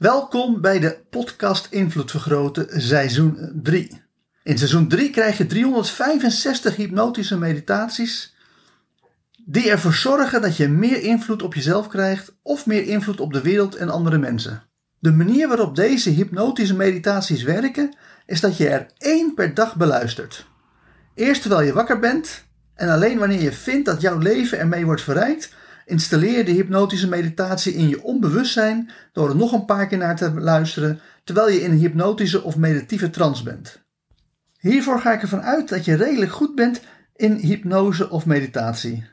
Welkom bij de podcast Invloed Vergroten seizoen 3. In seizoen 3 krijg je 365 hypnotische meditaties die ervoor zorgen dat je meer invloed op jezelf krijgt of meer invloed op de wereld en andere mensen. De manier waarop deze hypnotische meditaties werken is dat je er 1 per dag beluistert. Eerst terwijl je wakker bent en alleen wanneer je vindt dat jouw leven ermee wordt verrijkt, installeer je de hypnotische meditatie in je onbewustzijn door er nog een paar keer naar te luisteren terwijl je in een hypnotische of meditatieve trance bent. Hiervoor ga ik ervan uit dat je redelijk goed bent in hypnose of meditatie.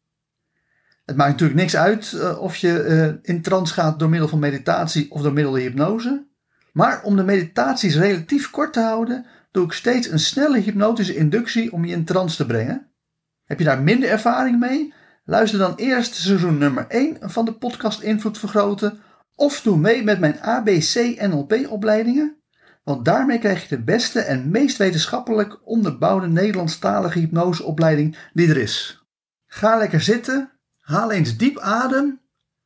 Het maakt natuurlijk niks uit of je in trance gaat door middel van meditatie of door middel van hypnose. Maar om de meditaties relatief kort te houden, doe ik steeds een snelle hypnotische inductie om je in trance te brengen. Heb je daar minder ervaring mee? Luister dan eerst seizoen nummer 1 van de podcast Invloed Vergroten of doe mee met mijn ABC NLP opleidingen, want daarmee krijg je de beste en meest wetenschappelijk onderbouwde Nederlandstalige hypnoseopleiding die er is. Ga lekker zitten, haal eens diep adem,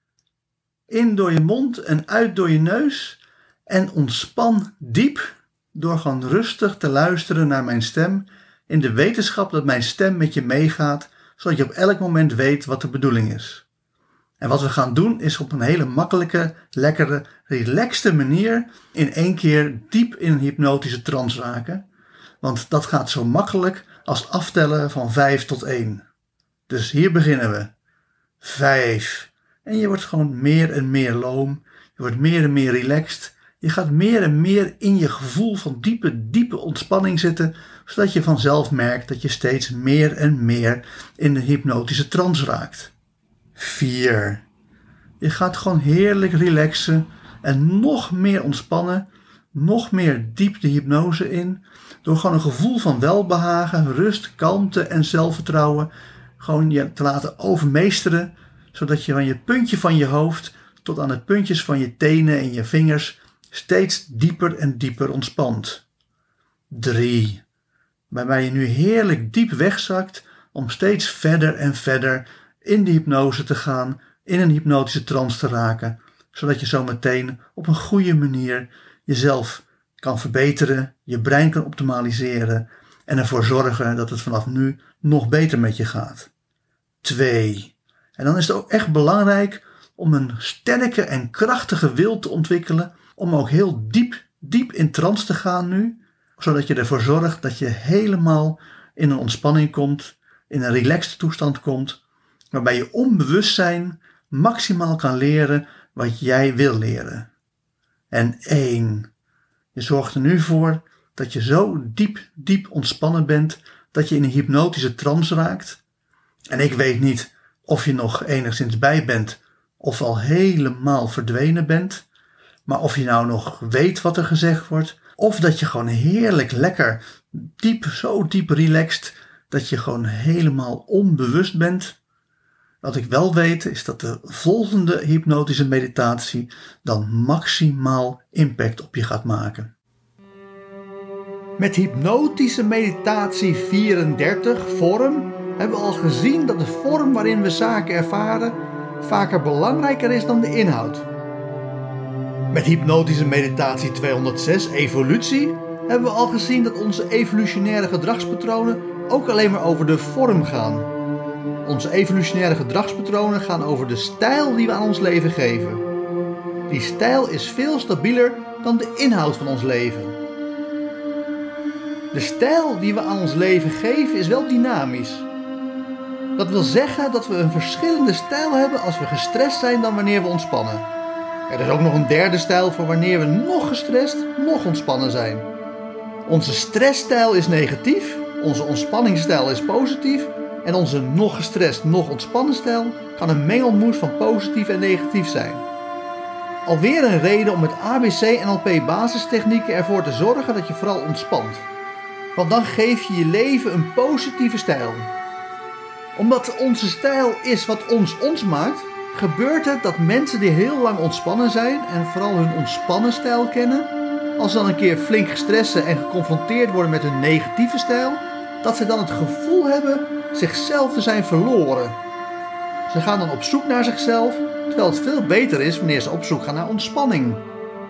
in door je mond en uit door je neus en ontspan diep door gewoon rustig te luisteren naar mijn stem in de wetenschap dat mijn stem met je meegaat, zodat je op elk moment weet wat de bedoeling is. En wat we gaan doen is op een hele makkelijke, lekkere, relaxte manier in 1 keer diep in een hypnotische trance raken. Want dat gaat zo makkelijk als aftellen van 5 tot 1. Dus hier beginnen we. 5. En je wordt gewoon meer en meer loom. Je wordt meer en meer relaxed. Je gaat meer en meer in je gevoel van diepe ontspanning zitten, zodat je vanzelf merkt dat je steeds meer en meer in de hypnotische trance raakt. 4. Je gaat gewoon heerlijk relaxen en nog meer ontspannen, nog meer diep de hypnose in, door gewoon een gevoel van welbehagen, rust, kalmte en zelfvertrouwen gewoon je te laten overmeesteren, zodat je van je puntje van je hoofd tot aan de puntjes van je tenen en je vingers steeds dieper en dieper ontspant. 3. Waarbij je nu heerlijk diep wegzakt om steeds verder en verder in de hypnose te gaan, in een hypnotische trance te raken, zodat je zo meteen op een goede manier jezelf kan verbeteren, je brein kan optimaliseren en ervoor zorgen dat het vanaf nu nog beter met je gaat. 2. En dan is het ook echt belangrijk om een sterke en krachtige wil te ontwikkelen, om ook heel diep in trance te gaan nu, zodat je ervoor zorgt dat je helemaal in een ontspanning komt, in een relaxed toestand komt, waarbij je onbewustzijn maximaal kan leren wat jij wil leren. En 1. Je zorgt er nu voor dat je zo diep ontspannen bent, dat je in een hypnotische trance raakt. En ik weet niet of je nog enigszins bij bent of al helemaal verdwenen bent, maar of je nou nog weet wat er gezegd wordt, of dat je gewoon heerlijk lekker zo diep relaxed, dat je gewoon helemaal onbewust bent. Wat ik wel weet is dat de volgende hypnotische meditatie dan maximaal impact op je gaat maken. Met hypnotische meditatie 34, vorm, hebben we al gezien dat de vorm waarin we zaken ervaren vaker belangrijker is dan de inhoud. Met hypnotische meditatie 206, evolutie, hebben we al gezien dat onze evolutionaire gedragspatronen ook alleen maar over de vorm gaan. Onze evolutionaire gedragspatronen gaan over de stijl die we aan ons leven geven. Die stijl is veel stabieler dan de inhoud van ons leven. De stijl die we aan ons leven geven is wel dynamisch. Dat wil zeggen dat we een verschillende stijl hebben als we gestrest zijn dan wanneer we ontspannen. Er is ook nog een derde stijl voor wanneer we nog gestrest, nog ontspannen zijn. Onze stressstijl is negatief, onze ontspanningsstijl is positief en onze nog gestrest, nog ontspannen stijl kan een mengelmoes van positief en negatief zijn. Alweer een reden om met ABC NLP basistechnieken ervoor te zorgen dat je vooral ontspant. Want dan geef je je leven een positieve stijl. Omdat onze stijl is wat ons maakt, gebeurt het dat mensen die heel lang ontspannen zijn en vooral hun ontspannen stijl kennen, als ze dan een keer flink gestressen en geconfronteerd worden met hun negatieve stijl, dat ze dan het gevoel hebben zichzelf te zijn verloren. Ze gaan dan op zoek naar zichzelf, terwijl het veel beter is wanneer ze op zoek gaan naar ontspanning.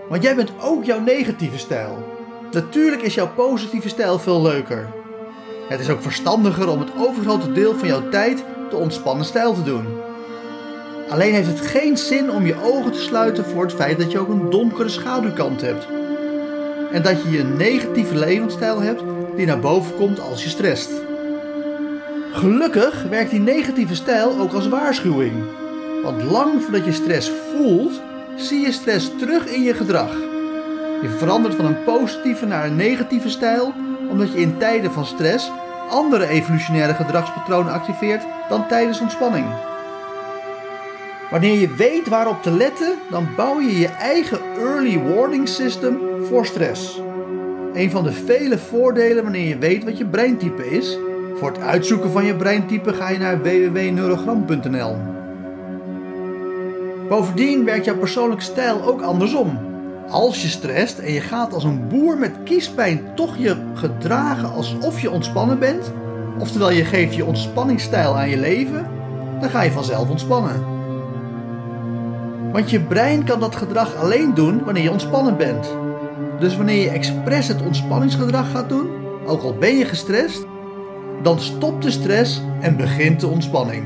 Want jij bent ook jouw negatieve stijl. Natuurlijk is jouw positieve stijl veel leuker. Het is ook verstandiger om het overgrote deel van jouw tijd de ontspannen stijl te doen. Alleen heeft het geen zin om je ogen te sluiten voor het feit dat je ook een donkere schaduwkant hebt. En dat je een negatieve levensstijl hebt die naar boven komt als je stresst. Gelukkig werkt die negatieve stijl ook als waarschuwing. Want lang voordat je stress voelt, zie je stress terug in je gedrag. Je verandert van een positieve naar een negatieve stijl, omdat je in tijden van stress andere evolutionaire gedragspatronen activeert dan tijdens ontspanning. Wanneer je weet waarop te letten, dan bouw je je eigen early warning system voor stress. Een van de vele voordelen wanneer je weet wat je breintype is. Voor het uitzoeken van je breintype ga je naar www.neurogram.nl. Bovendien werkt jouw persoonlijke stijl ook andersom. Als je stresst en je gaat als een boer met kiespijn toch je gedragen alsof je ontspannen bent, oftewel je geeft je ontspanningsstijl aan je leven, dan ga je vanzelf ontspannen. Want je brein kan dat gedrag alleen doen wanneer je ontspannen bent. Dus wanneer je expres het ontspanningsgedrag gaat doen, ook al ben je gestrest, dan stopt de stress en begint de ontspanning.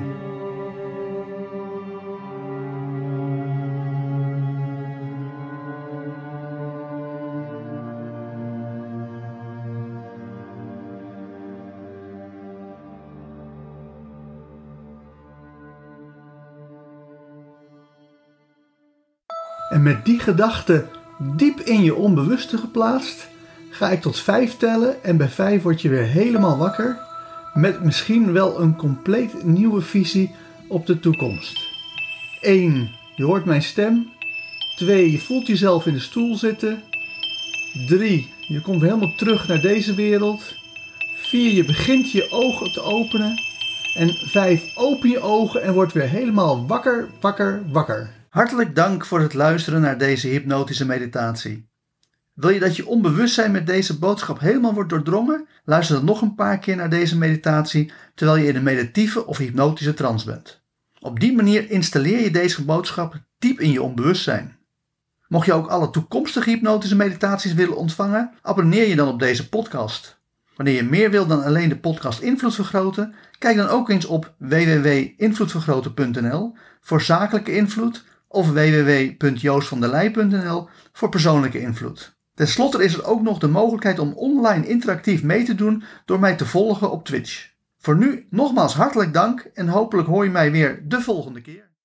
En met die gedachte diep in je onbewuste geplaatst, ga ik tot 5 tellen en bij 5 word je weer helemaal wakker met misschien wel een compleet nieuwe visie op de toekomst. 1. Je hoort mijn stem. 2. Je voelt jezelf in de stoel zitten. 3. Je komt weer helemaal terug naar deze wereld. 4. Je begint je ogen te openen. En 5. Open je ogen en word weer helemaal wakker, wakker, wakker. Hartelijk dank voor het luisteren naar deze hypnotische meditatie. Wil je dat je onbewustzijn met deze boodschap helemaal wordt doordrongen? Luister dan nog een paar keer naar deze meditatie terwijl je in een meditatieve of hypnotische trance bent. Op die manier installeer je deze boodschap diep in je onbewustzijn. Mocht je ook alle toekomstige hypnotische meditaties willen ontvangen, abonneer je dan op deze podcast. Wanneer je meer wil dan alleen de podcast Invloed Vergroten, kijk dan ook eens op www.invloedvergroten.nl voor zakelijke invloed of www.joostvandelij.nl voor persoonlijke invloed. Ten slotte is er ook nog de mogelijkheid om online interactief mee te doen door mij te volgen op Twitch. Voor nu nogmaals hartelijk dank en hopelijk hoor je mij weer de volgende keer.